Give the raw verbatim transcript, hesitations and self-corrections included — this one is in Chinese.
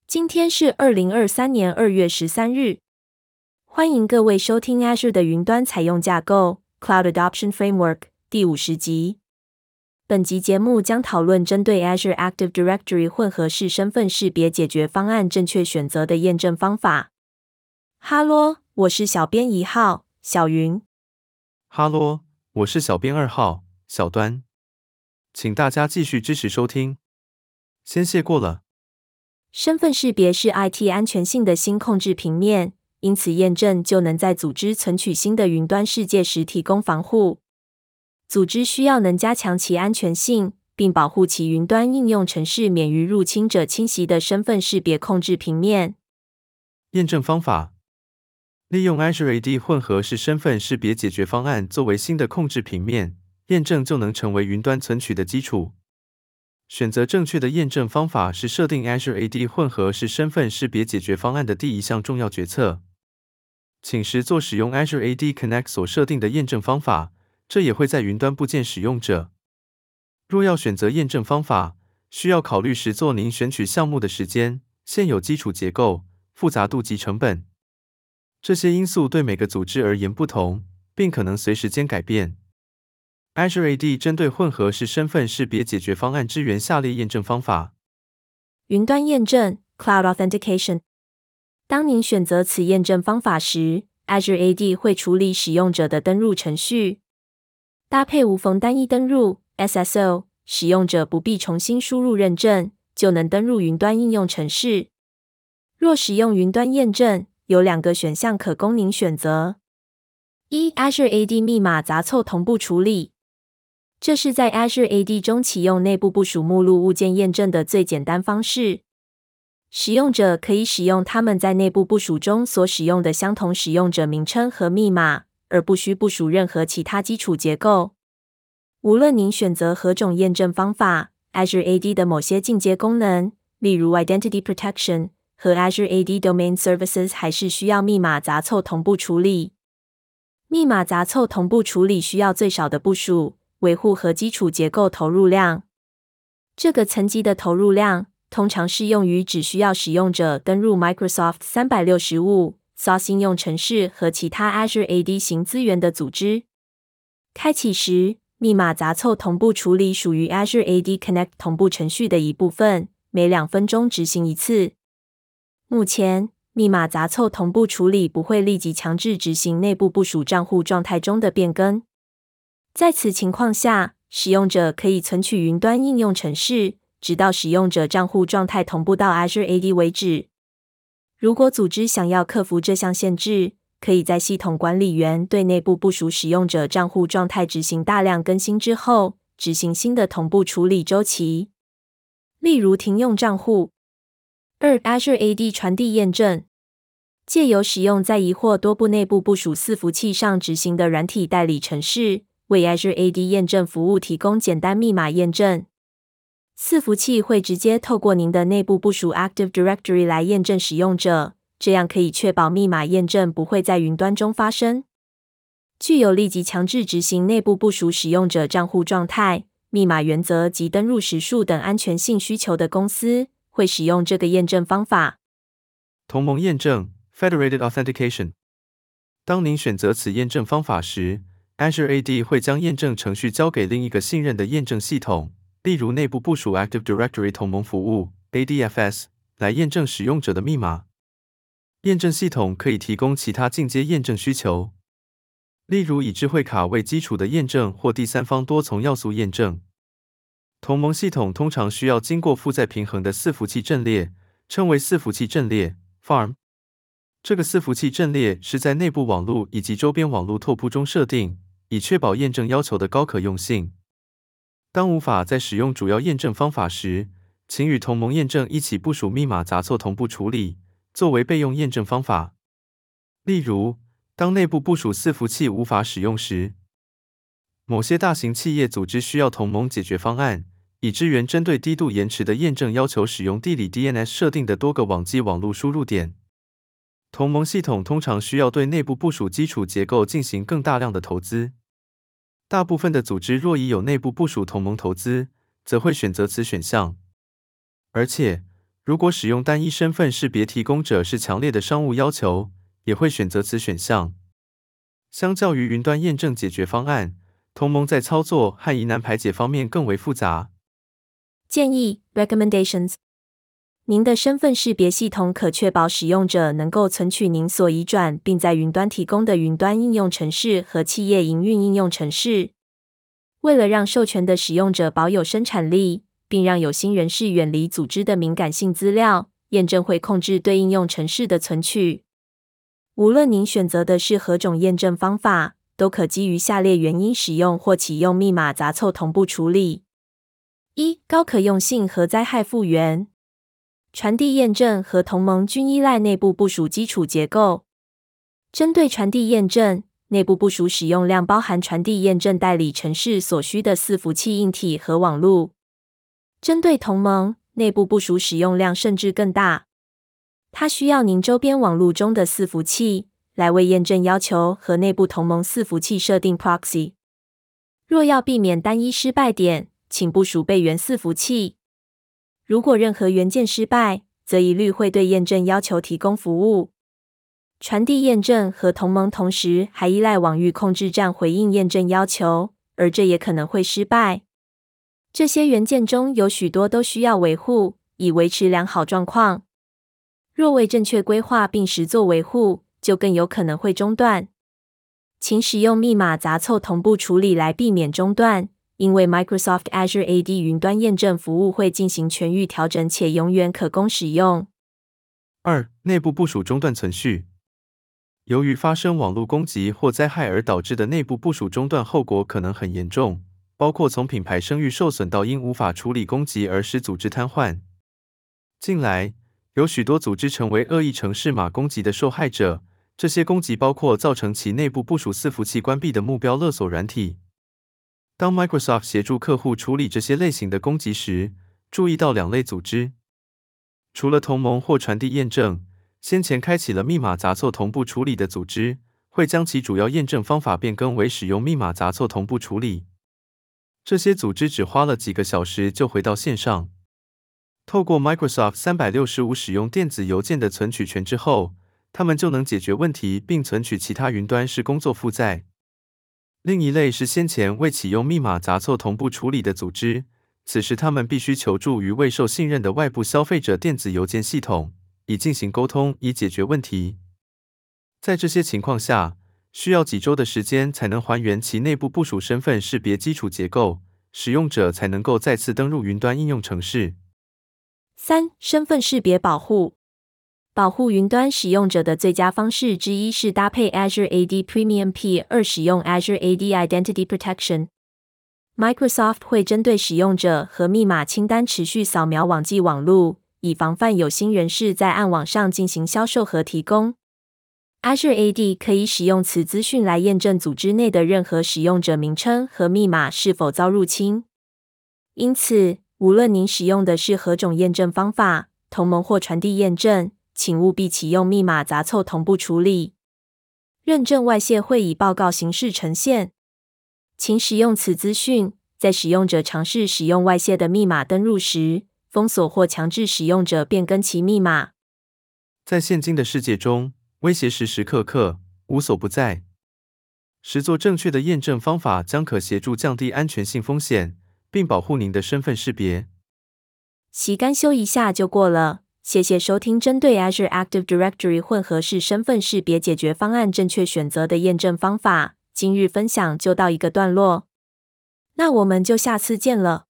今天是二零二三年二月十三日，欢迎各位收听 Azure 的云端采用架构 Cloud Adoption Framework 第五十集。本集节目将讨论针对 Azure Active Directory 混合式身份识别解决方案正确选择的验证方法。哈喽，我是小编一号小云。 哈喽，我是小编二号小端。请大家继续支持收听。先谢过了。 身份识别是 I T 安全性的新控制平面，因此验证就能在组织存取新的云端世界时提供防护。组织需要能加强其安全性，并保护其云端应用程式免于入侵者侵袭的身份识别控制平面。 验证方法：利用 Azure A D 混合式身份识别解决方案作为新的控制平面，验证就能成为云端存取的基础。选择正确的验证方法是设定 Azure A D 混合式身份识别解决方案的第一项重要决策。请实作使用 Azure A D Connect 所设定的验证方法，这也会在云端部件使用者。若要选择验证方法，需要考虑实作您选取项目的时间、现有基础结构、复杂度及成本。这些因素对每个组织而言不同，并可能随时间改变。Azure A D 针对混合式身份识别解决方案支援下列验证方法： 云端验证 Cloud Authentication。当您选择此验证方法时， Azure A D 会处理使用者的登入程序。搭配无缝单一登入 S S O， 使用者不必重新输入认证，就能登入云端应用程式。若使用云端验证，有两个选项可供您选择：一 Azure A D 密码杂凑同步处理。这是在 Azure A D 中启用内部部署目录物件验证的最简单方式。使用者可以使用他们在内部部署中所使用的相同使用者名称和密码，而不需部署任何其他基础结构。无论您选择何种验证方法， Azure A D 的某些进阶功能，例如 Identity Protection 和 Azure A D Domain Services 还是需要密码杂凑同步处理。密码杂凑同步处理需要最少的部署、维护和基础结构投入量。这个层级的投入量通常适用于只需要使用者登入 Microsoft 三百六十五 S O S 应用程式和其他 Azure A D 型资源的组织。开启时，密码杂凑同步处理属于 Azure A D Connect 同步程序的一部分，每两分钟执行一次。目前，密码杂凑同步处理不会立即强制执行内部部署账户状态中的变更。在此情况下，使用者可以存取云端应用程式，直到使用者账户状态同步到 Azure A D 为止。如果组织想要克服这项限制，可以在系统管理员对内部部署使用者账户状态执行大量更新之后，执行新的同步处理周期。例如停用账户。二 Azure A D 传递验证。借由使用在一或多部内部部署伺服器上执行的软体代理程式，为 Azure A D 验证服务提供简单密码验证。伺服器会直接透过您的内部部署 Active Directory 来验证使用者，这样可以确保密码验证不会在云端中发生。具有立即强制执行内部部署使用者账户状态、密码原则及登入时数等安全性需求的公司，会使用这个验证方法。 同盟验证 Federated Authentication。当您选择此验证方法时， Azure A D 会将验证程序交给另一个信任的验证系统，例如内部部署 Active Directory 同盟服务 A D F S， 来验证使用者的密码。验证系统可以提供其他进阶验证需求，例如以智慧卡为基础的验证或第三方多重要素验证。同盟系统通常需要经过负载平衡的伺服器阵列，称为伺服器阵列 Farm。这个伺服器阵列是在内部网路以及周边网路拓扑中设定，以确保验证要求的高可用性。当无法再使用主要验证方法时，请与同盟验证一起部署密码杂凑同步处理，作为备用验证方法。例如，当内部部署伺服器无法使用时，某些大型企业组织需要同盟解决方案，以支援针对低度延迟的验证要求使用地理 D N S 设定的多个网际网路输入点。同盟系统通常需要对内部部署基础结构进行更大量的投资。大部分的组织若已有内部部署同盟投资，则会选择此选项。而且， 如果使用单一身份识别提供者是强烈的商务要求，也会选择此选项。相较于云端验证解决方案，同盟在操作和疑难排解方面更为复杂。 建议 recommendations。您的身份识别系统可确保使用者能够存取您所移转并在云端提供的云端应用程式和企业营运应用程式。为了让授权的使用者保有生产力，并让有心人士远离组织的敏感性资料，验证会控制对应用程式的存取。无论您选择的是何种验证方法，都可基于下列原因使用或启用密码杂凑同步处理。一、高可用性和灾害复原。传递验证和同盟均依赖内部部署基础结构。针对传递验证，内部部署使用量包含传递验证代理程式所需的伺服器硬体和网路。针对同盟，内部部署使用量甚至更大。它需要您周边网路中的伺服器来为验证要求和内部同盟伺服器设定 proxy。若要避免单一失败点，请部署备援伺服器。如果任何元件失败，则一律会对验证要求提供服务。传递验证和同盟同时还依赖网域控制站回应验证要求，而这也可能会失败。这些元件中有许多都需要维护，以维持良好状况。若未正确规划并实作维护，就更有可能会中断。请使用密码杂凑同步处理来避免中断。因为 Microsoft Azure A D 云端验证服务会进行全域调整且永远可供使用。 二、内部部署中断存续。由于发生网络攻击或灾害而导致的内部部署中断后果可能很严重，包括从品牌声誉受损到因无法处理攻击而使组织瘫痪。近来，有许多组织成为恶意程式码攻击的受害者，这些攻击包括造成其内部部署伺服器关闭的目标勒索软体。当 Microsoft 协助客户处理这些类型的攻击时，注意到两类组织。除了同盟或传递验证，先前开启了密码杂凑同步处理的组织，会将其主要验证方法变更为使用密码杂凑同步处理。这些组织只花了几个小时就回到线上。透过 Microsoft 三百六十五使用电子邮件的存取权之后，他们就能解决问题并存取其他云端式工作负载。另一类是先前未启用密码杂凑同步处理的组织，此时他们必须求助于未受信任的外部消费者电子邮件系统，以进行沟通以解决问题。在这些情况下，需要几周的时间才能还原其内部部署身份识别基础结构，使用者才能够再次登入云端应用程式。 三、身份识别保护。保护云端使用者的最佳方式之一是搭配 Azure A D Premium P 二 使用 Azure A D Identity Protection。Microsoft 会针对使用者和密码清单持续扫描网际网路，以防范有心人士在暗网上进行销售和提供。Azure A D 可以使用此资讯来验证组织内的任何使用者名称和密码是否遭入侵。因此，无论您使用的是何种验证方法，同盟或传递验证，请务必启用密码杂凑同步处理。认证外泄会以报告形式呈现。请使用此资讯，在使用者尝试使用外泄的密码登入时，封锁或强制使用者变更其密码。 在现今的世界中，威胁时时刻刻，无所不在。实作正确的验证方法将可协助降低安全性风险，并保护您的身份识别。 洗干修一下就过了。谢谢收听针对 Azure Active Directory 混合式身份识别解决方案正确选择的验证方法。今日分享就到一个段落，那我们就下次见了。